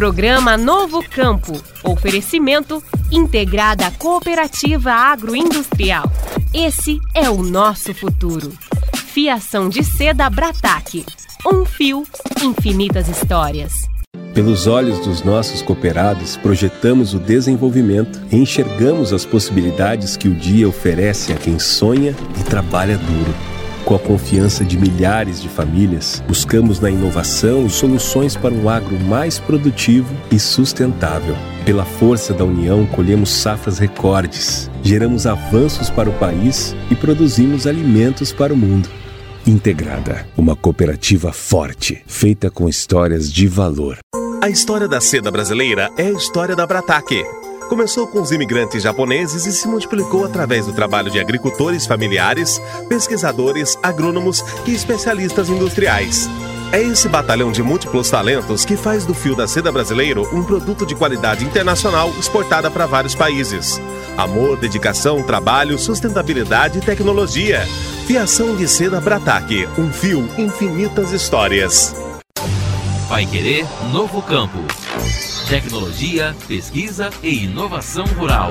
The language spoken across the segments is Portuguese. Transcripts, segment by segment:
Programa Novo Campo. Oferecimento Integrada Cooperativa Agroindustrial. Esse é o nosso futuro. Fiação de seda Brataque. Um fio, infinitas histórias. Pelos olhos dos nossos cooperados, projetamos o desenvolvimento e enxergamos as possibilidades que o dia oferece a quem sonha e trabalha duro. Com a confiança de milhares de famílias, buscamos na inovação soluções para um agro mais produtivo e sustentável. Pela força da união, colhemos safras recordes, geramos avanços para o país e produzimos alimentos para o mundo. Integrada, uma cooperativa forte, feita com histórias de valor. A história da seda brasileira é a história da Brataque. Começou com os imigrantes japoneses e se multiplicou através do trabalho de agricultores familiares, pesquisadores, agrônomos e especialistas industriais. É esse batalhão de múltiplos talentos que faz do fio da seda brasileiro um produto de qualidade internacional exportada para vários países. Amor, dedicação, trabalho, sustentabilidade e tecnologia. Fiação de seda Brataque, um fio, infinitas histórias. Paiquerê Novo Campo. Tecnologia, pesquisa e inovação rural.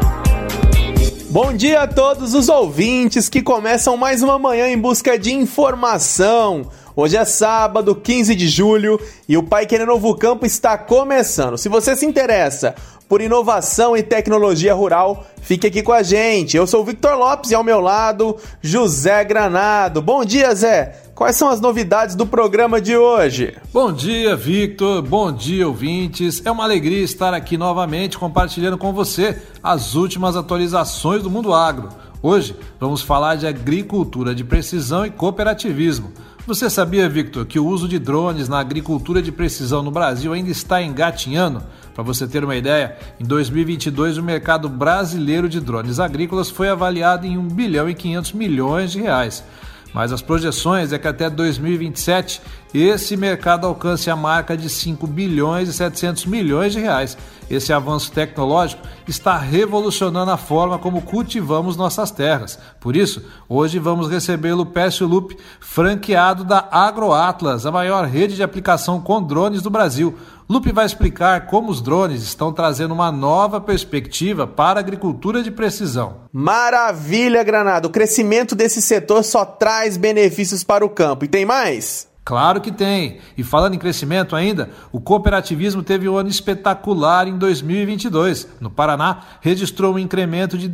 Bom dia a todos os ouvintes que começam mais uma manhã em busca de informação. Hoje é sábado, 15 de julho, e o Paiquerê Novo Campo está começando. Se você se interessa por inovação e tecnologia rural, fique aqui com a gente. Eu sou o Victor Lopes e ao meu lado, José Granado. Bom dia, Zé. Quais são as novidades do programa de hoje? Bom dia, Victor. Bom dia, ouvintes. É uma alegria estar aqui novamente compartilhando com você as últimas atualizações do mundo agro. Hoje vamos falar de agricultura de precisão e cooperativismo. Você sabia, Victor, que o uso de drones na agricultura de precisão no Brasil ainda está engatinhando? Para você ter uma ideia, em 2022 o mercado brasileiro de drones agrícolas foi avaliado em 1 bilhão e 500 milhões de reais. Mas as projeções é que até 2027 esse mercado alcance a marca de 5 bilhões e 700 milhões de reais. Esse avanço tecnológico está revolucionando a forma como cultivamos nossas terras. Por isso, hoje vamos receber o Pércio Lupi, franqueado da AgroAtlas, a maior rede de aplicação com drones do Brasil. Lupi vai explicar como os drones estão trazendo uma nova perspectiva para a agricultura de precisão. Maravilha, Granado! O crescimento desse setor só traz benefícios para o campo. E tem mais? Claro que tem. E falando em crescimento ainda, o cooperativismo teve um ano espetacular em 2022. No Paraná, registrou um incremento de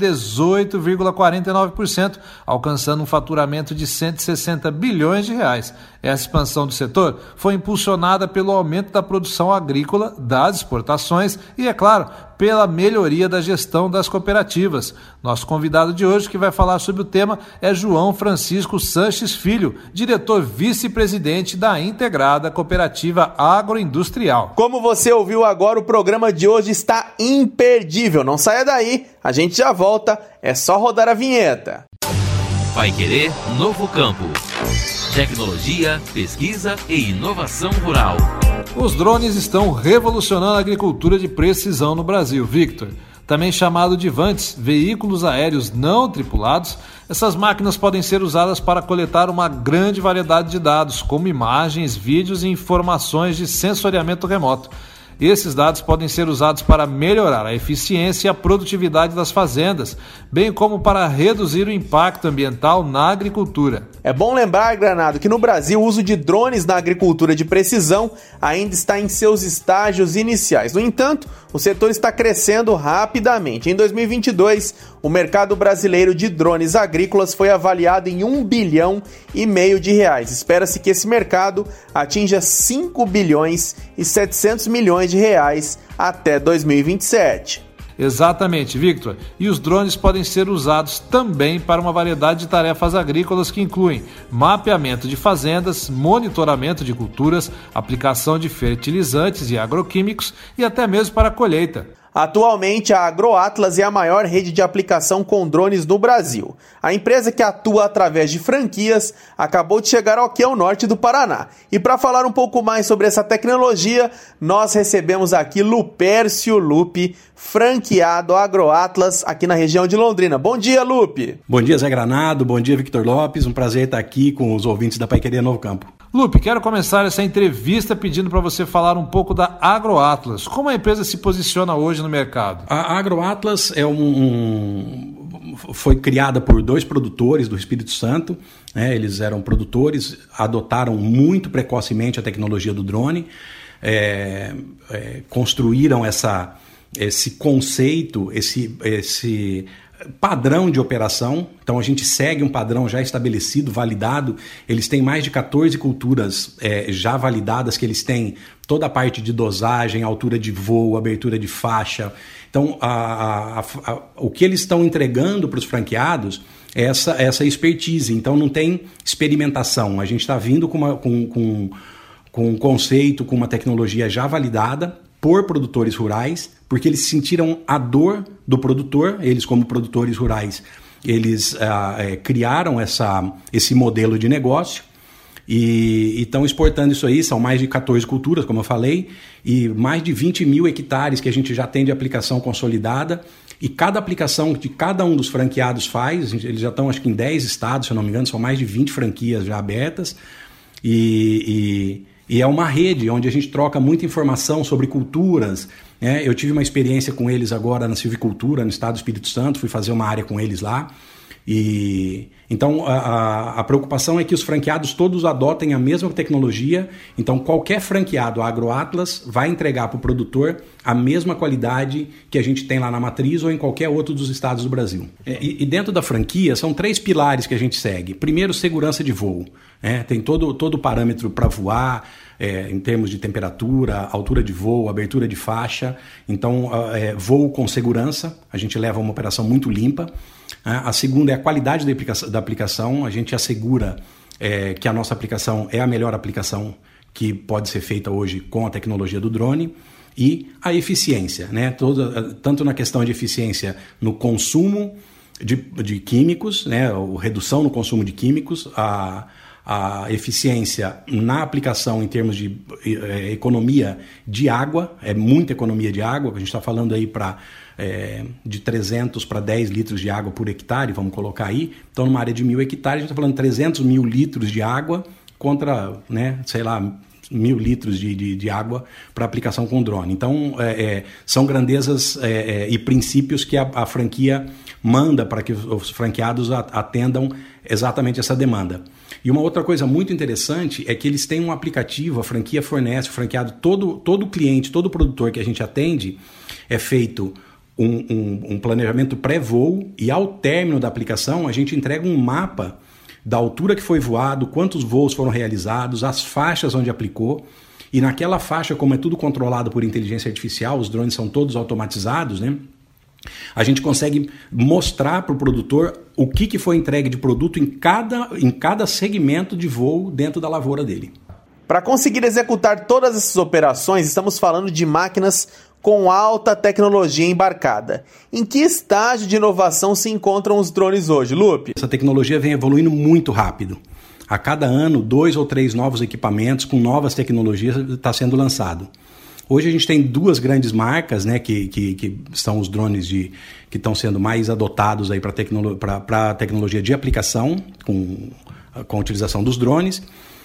18,49%, alcançando um faturamento de 160 bilhões de reais. Essa expansão do setor foi impulsionada pelo aumento da produção agrícola, das exportações e, é claro, pela melhoria da gestão das cooperativas. Nosso convidado de hoje que vai falar sobre o tema é João Francisco Sanches Filho, diretor vice-presidente da Integrada Cooperativa Agroindustrial. Como você ouviu agora, o programa de hoje está imperdível. Não saia daí, a gente já volta, é só rodar a vinheta. Paiquerê Novo Campo. Tecnologia, pesquisa e inovação rural. Os drones estão revolucionando a agricultura de precisão no Brasil, Victor. Também chamado de VANTs, veículos aéreos não tripulados, essas máquinas podem ser usadas para coletar uma grande variedade de dados, como imagens, vídeos e informações de sensoriamento remoto. Esses dados podem ser usados para melhorar a eficiência e a produtividade das fazendas, bem como para reduzir o impacto ambiental na agricultura. É bom lembrar, Granado, que no Brasil o uso de drones na agricultura de precisão ainda está em seus estágios iniciais. No entanto, o setor está crescendo rapidamente. Em 2022, o mercado brasileiro de drones agrícolas foi avaliado em 1 bilhão e meio de reais. Espera-se que esse mercado atinja 5 bilhões e 700 milhões de reais até 2027. Exatamente, Victor. E os drones podem ser usados também para uma variedade de tarefas agrícolas que incluem mapeamento de fazendas, monitoramento de culturas, aplicação de fertilizantes e agroquímicos e até mesmo para a colheita. Atualmente, a AgroAtlas é a maior rede de aplicação com drones no Brasil. A empresa, que atua através de franquias, acabou de chegar aqui ao norte do Paraná. E para falar um pouco mais sobre essa tecnologia, nós recebemos aqui Pércio Lupi, franqueado AgroAtlas aqui na região de Londrina. Bom dia, Lupi! Bom dia, Zé Granado. Bom dia, Victor Lopes. Um prazer estar aqui com os ouvintes da Paiquerê Novo Campo. Lupe, quero começar essa entrevista pedindo para você falar um pouco da AgroAtlas. Como a empresa se posiciona hoje no mercado? A AgroAtlas foi criada por 2 produtores do Espírito Santo, né? Eles eram produtores, adotaram muito precocemente a tecnologia do drone, construíram esse conceito, esse padrão de operação. Então a gente segue um padrão já estabelecido, validado. Eles têm mais de 14 culturas já validadas, que eles têm toda a parte de dosagem, altura de voo, abertura de faixa. Então o que eles estão entregando para os franqueados é essa expertise. Então não tem experimentação. A gente está vindo com um conceito, com uma tecnologia já validada por produtores rurais, porque eles sentiram a dor do produtor. Eles, como produtores rurais, eles criaram esse modelo de negócio e estão exportando isso aí. São mais de 14 culturas, como eu falei, e mais de 20 mil hectares que a gente já tem de aplicação consolidada. E cada aplicação que cada um dos franqueados faz, eles já estão acho que em 10 estados, se eu não me engano, são mais de 20 franquias já abertas, e é uma rede onde a gente troca muita informação sobre culturas. Eu tive uma experiência com eles agora na silvicultura, no estado do Espírito Santo, fui fazer uma área com eles lá. Então a preocupação é que os franqueados todos adotem a mesma tecnologia. Então qualquer franqueado AgroAtlas vai entregar para o produtor a mesma qualidade que a gente tem lá na matriz ou em qualquer outro dos estados do Brasil. E dentro da franquia são 3 pilares que a gente segue. Primeiro, segurança de voo. Tem todo o parâmetro para voar, em termos de temperatura, altura de voo, abertura de faixa. Então voo com segurança, a gente leva uma operação muito limpa. A segunda é a qualidade da aplicação. A gente assegura que a nossa aplicação é a melhor aplicação que pode ser feita hoje com a tecnologia do drone. E a eficiência, né? Tanto na questão de eficiência no consumo de químicos, né? A redução no consumo de químicos, a eficiência na aplicação em termos de economia de água, muita economia de água, que a gente está falando aí de 300 para 10 litros de água por hectare, vamos colocar aí. Então, numa área de 1.000 hectares, a gente está falando de 300 mil litros de água contra, 1.000 litros de água para aplicação com drone. Então, são grandezas e princípios que a franquia manda para que os franqueados atendam exatamente essa demanda. E uma outra coisa muito interessante é que eles têm um aplicativo, a franquia fornece, o franqueado, todo cliente, todo produtor que a gente atende, é feito um planejamento pré-voo, e ao término da aplicação a gente entrega um mapa da altura que foi voado, quantos voos foram realizados, as faixas onde aplicou. E naquela faixa, como é tudo controlado por inteligência artificial, os drones são todos automatizados, né? A gente consegue mostrar para o produtor o que foi entregue de produto em cada segmento de voo dentro da lavoura dele. Para conseguir executar todas essas operações, estamos falando de máquinas com alta tecnologia embarcada. Em que estágio de inovação se encontram os drones hoje, Lupe? Essa tecnologia vem evoluindo muito rápido. A cada ano, 2 ou 3 novos equipamentos com novas tecnologias está sendo lançado. Hoje a gente tem 2 grandes marcas, né, que são os drones que estão sendo mais adotados para a tecnologia de aplicação, com a utilização dos drones.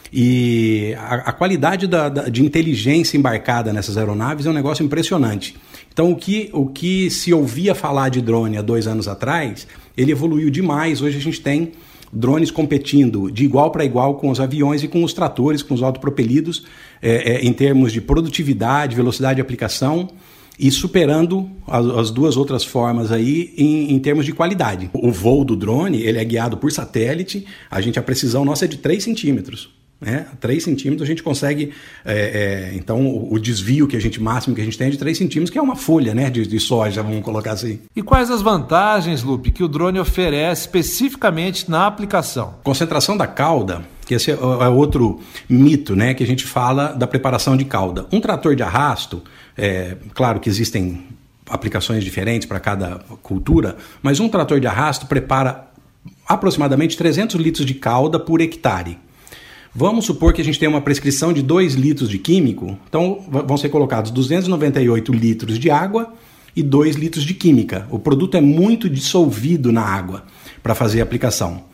E a qualidade de inteligência embarcada nessas aeronaves é um negócio impressionante. Então o que se ouvia falar de drone há 2 anos atrás, ele evoluiu demais. Hoje a gente tem drones competindo de igual para igual com os aviões e com os tratores, com os autopropelidos, em termos de produtividade, velocidade de aplicação, e superando as 2 outras formas aí em termos de qualidade. O voo do drone, ele é guiado por satélite. A precisão nossa é de 3 centímetros. 3 centímetros a gente consegue, então o desvio máximo que a gente tem é de 3 centímetros, que é uma folha, né, de soja, vamos colocar assim. E quais as vantagens, Lupe, que o drone oferece especificamente na aplicação? Concentração da cauda, que esse é outro mito, né, que a gente fala da preparação de cauda. Um trator de arrasto, claro que existem aplicações diferentes para cada cultura, mas um trator de arrasto prepara aproximadamente 300 litros de cauda por hectare. Vamos supor que a gente tem uma prescrição de 2 litros de químico, então vão ser colocados 298 litros de água e 2 litros de química. O produto é muito dissolvido na água para fazer a aplicação.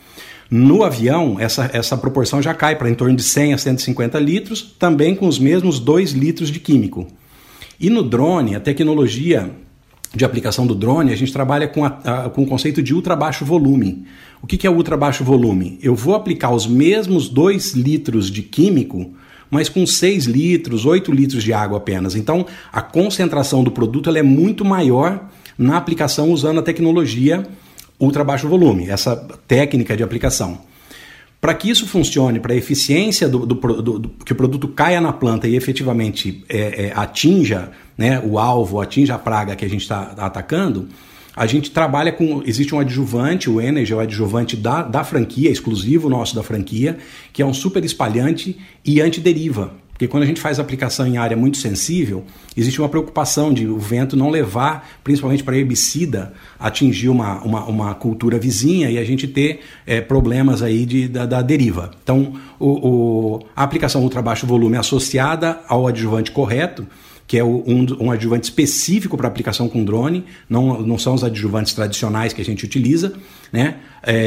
No avião, essa proporção já cai para em torno de 100 a 150 litros, também com os mesmos 2 litros de químico. E no drone, a tecnologia de aplicação do drone, a gente trabalha com o conceito de ultra baixo volume. O que é ultra baixo volume? Eu vou aplicar os mesmos 2 litros de químico, mas com 6 litros, 8 litros de água apenas. Então, a concentração do produto ela é muito maior na aplicação usando a tecnologia ultra baixo volume, essa técnica de aplicação. Para que isso funcione, para a eficiência que o produto caia na planta e efetivamente atinja, né, o alvo, atinja a praga que a gente está atacando, a gente trabalha com... Existe um adjuvante, o Energy é o adjuvante da franquia, exclusivo nosso da franquia, que é um super espalhante e antideriva. Porque quando a gente faz aplicação em área muito sensível, existe uma preocupação de o vento não levar, principalmente para herbicida, atingir uma cultura vizinha e a gente ter problemas aí da deriva. Então, a aplicação ultra baixo volume associada ao adjuvante correto, que é um adjuvante específico para aplicação com drone, não são os adjuvantes tradicionais que a gente utiliza, né?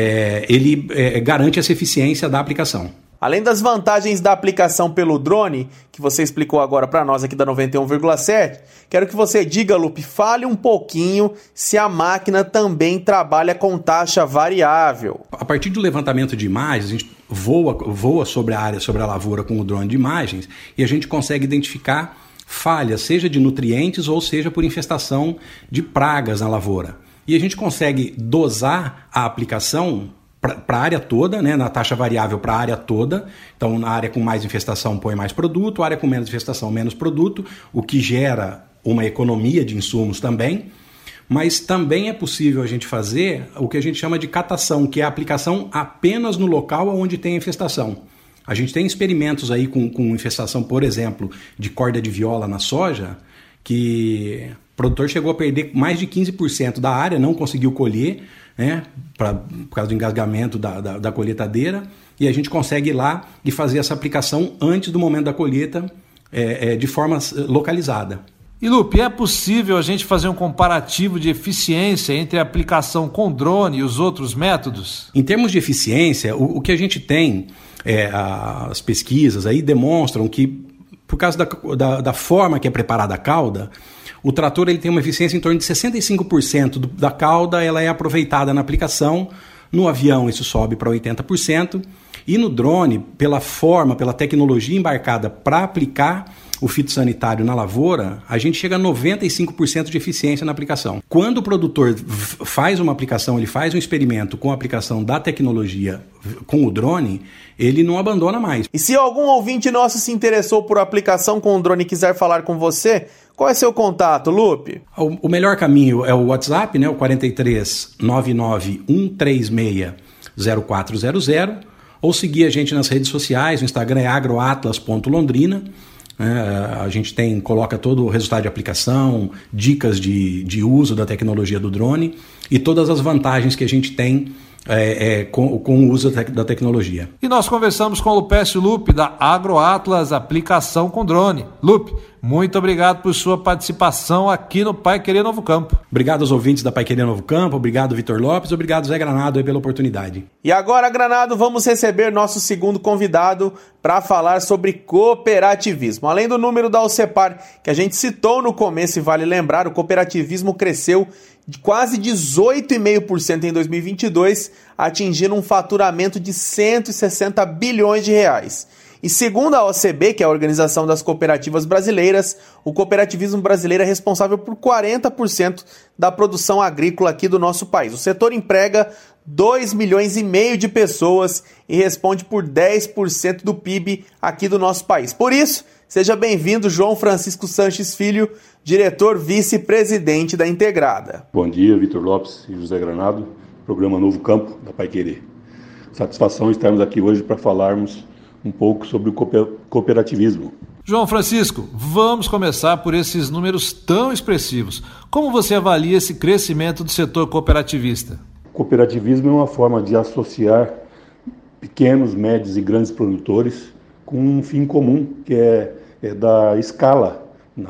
Ele garante essa eficiência da aplicação. Além das vantagens da aplicação pelo drone, que você explicou agora para nós aqui da 91,7, quero que você diga, Lupe, fale um pouquinho se a máquina também trabalha com taxa variável. A partir do levantamento de imagens, a gente voa sobre a área, sobre a lavoura com o drone de imagens e a gente consegue identificar falhas, seja de nutrientes ou seja por infestação de pragas na lavoura. E a gente consegue dosar a aplicação para a área toda, né, na taxa variável para a área toda. Então, na área com mais infestação põe mais produto, área com menos infestação menos produto, o que gera uma economia de insumos também. Mas também é possível a gente fazer o que a gente chama de catação, que é a aplicação apenas no local onde tem infestação. A gente tem experimentos aí com infestação, por exemplo, de corda de viola na soja, que o produtor chegou a perder mais de 15% da área, não conseguiu colher, né, por causa do engasgamento da colheitadeira, e a gente consegue ir lá e fazer essa aplicação antes do momento da colheita de forma localizada. E Lupe, é possível a gente fazer um comparativo de eficiência entre a aplicação com drone e os outros métodos? Em termos de eficiência, o que a gente tem, as pesquisas aí demonstram que, por causa da forma que é preparada a cauda, o trator ele tem uma eficiência em torno de 65% da cauda, ela é aproveitada na aplicação. No avião isso sobe para 80%. E no drone, pela forma, pela tecnologia embarcada para aplicar o fitossanitário na lavoura, a gente chega a 95% de eficiência na aplicação. Quando o produtor faz uma aplicação, ele faz um experimento com a aplicação da tecnologia com o drone, ele não abandona mais. E se algum ouvinte nosso se interessou por aplicação com o drone e quiser falar com você, qual é seu contato, Lupe? O melhor caminho é o WhatsApp, né, o 43 99 136 0400, ou seguir a gente nas redes sociais, o Instagram é agroatlas.londrina. A gente coloca todo o resultado de aplicação, dicas de uso da tecnologia do drone e todas as vantagens que a gente tem com o uso da tecnologia. E nós conversamos com o Lupécio Lupe, da AgroAtlas Aplicação com Drone. Lupe, muito obrigado por sua participação aqui no Pai Querer Novo Campo. Obrigado aos ouvintes da Pai Querer Novo Campo, obrigado Vitor Lopes, obrigado Zé Granado aí pela oportunidade. E agora, Granado, vamos receber nosso segundo convidado para falar sobre cooperativismo. Além do número da Alcepar que a gente citou no começo, e vale lembrar, o cooperativismo cresceu de quase 18,5% em 2022, atingindo um faturamento de 160 bilhões de reais. E segundo a OCB, que é a Organização das Cooperativas Brasileiras, o cooperativismo brasileiro é responsável por 40% da produção agrícola aqui do nosso país. O setor emprega 2,5 milhões de pessoas e responde por 10% do PIB aqui do nosso país. Por isso, seja bem-vindo, João Francisco Sanches Filho, diretor vice-presidente da Integrada. Bom dia, Vitor Lopes e José Granado, programa Novo Campo da Pai Querer. Satisfação estarmos aqui hoje para falarmos um pouco sobre o cooperativismo. João Francisco, vamos começar por esses números tão expressivos. Como você avalia esse crescimento do setor cooperativista? O cooperativismo é uma forma de associar pequenos, médios e grandes produtores com um fim comum, que é da escala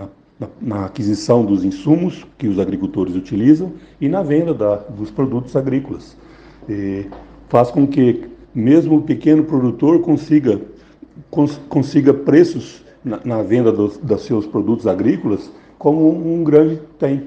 na aquisição dos insumos que os agricultores utilizam e na venda dos produtos agrícolas. Faz com que mesmo o pequeno produtor consiga preços na venda dos seus produtos agrícolas como um grande tem.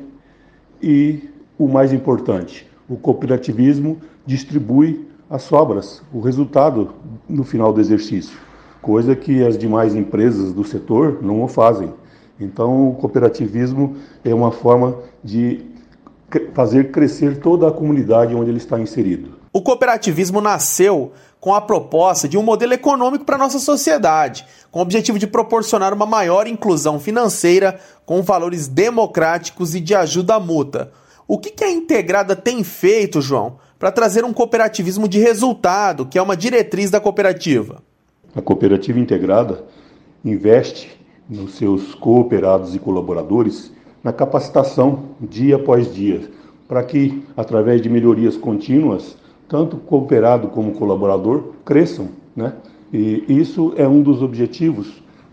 E o mais importante, o cooperativismo distribui as sobras, o resultado no final do exercício, coisa que as demais empresas do setor não o fazem. Então, o cooperativismo é uma forma de fazer crescer toda a comunidade onde ele está inserido. O cooperativismo nasceu com a proposta de um modelo econômico para a nossa sociedade, com o objetivo de proporcionar uma maior inclusão financeira com valores democráticos e de ajuda mútua. O que a Integrada tem feito, João, para trazer um cooperativismo de resultado, que é uma diretriz da cooperativa? A Cooperativa Integrada investe nos seus cooperados e colaboradores na capacitação dia após dia, para que, através de melhorias contínuas, tanto o cooperado como o colaborador cresçam, né? E isso é um dos objetivos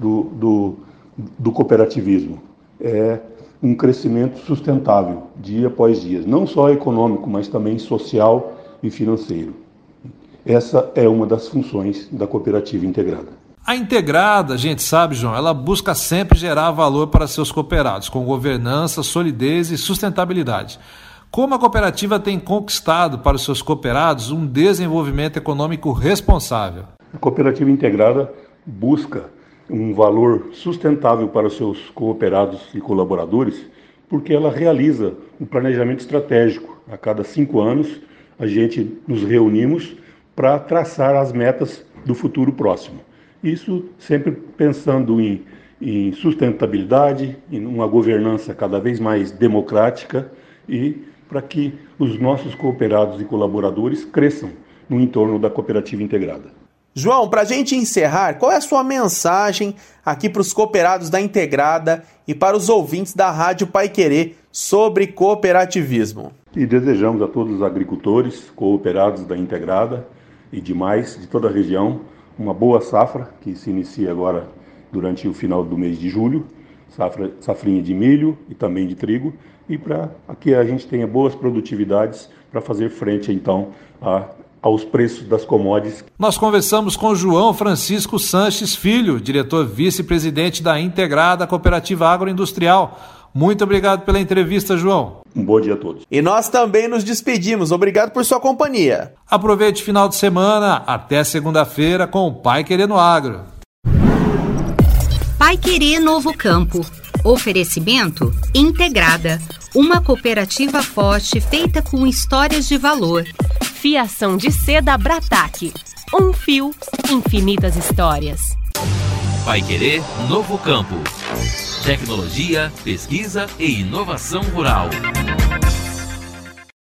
do cooperativismo, é um crescimento sustentável, dia após dia, não só econômico, mas também social e financeiro. Essa é uma das funções da Cooperativa Integrada. A Integrada, a gente sabe, João, ela busca sempre gerar valor para seus cooperados, com governança, solidez e sustentabilidade. Como a cooperativa tem conquistado para os seus cooperados um desenvolvimento econômico responsável? A Cooperativa Integrada busca um valor sustentável para os seus cooperados e colaboradores, porque ela realiza um planejamento estratégico. A cada 5 anos, a gente nos reunimos para traçar as metas do futuro próximo. Isso sempre pensando em sustentabilidade, em uma governança cada vez mais democrática e para que os nossos cooperados e colaboradores cresçam no entorno da Cooperativa Integrada. João, para a gente encerrar, qual é a sua mensagem aqui para os cooperados da Integrada e para os ouvintes da Rádio Paiquerê sobre cooperativismo? E desejamos a todos os agricultores, cooperados da Integrada e demais de toda a região uma boa safra, que se inicia agora durante o final do mês de julho, safrinha de milho e também de trigo, e para que a gente tenha boas produtividades para fazer frente, então, aos preços das commodities. Nós conversamos com João Francisco Sanches Filho, diretor vice-presidente da Integrada Cooperativa Agroindustrial. Muito obrigado pela entrevista, João. Um bom dia a todos. E nós também nos despedimos. Obrigado por sua companhia. Aproveite o final de semana. Até segunda-feira com o Paiquerê no Agro. Paiquerê Novo Campo. Oferecimento Integrada. Uma cooperativa forte feita com histórias de valor. Fiação de seda Brataque. Um fio, infinitas histórias. Paiquerê Novo Campo. Tecnologia, pesquisa e inovação rural.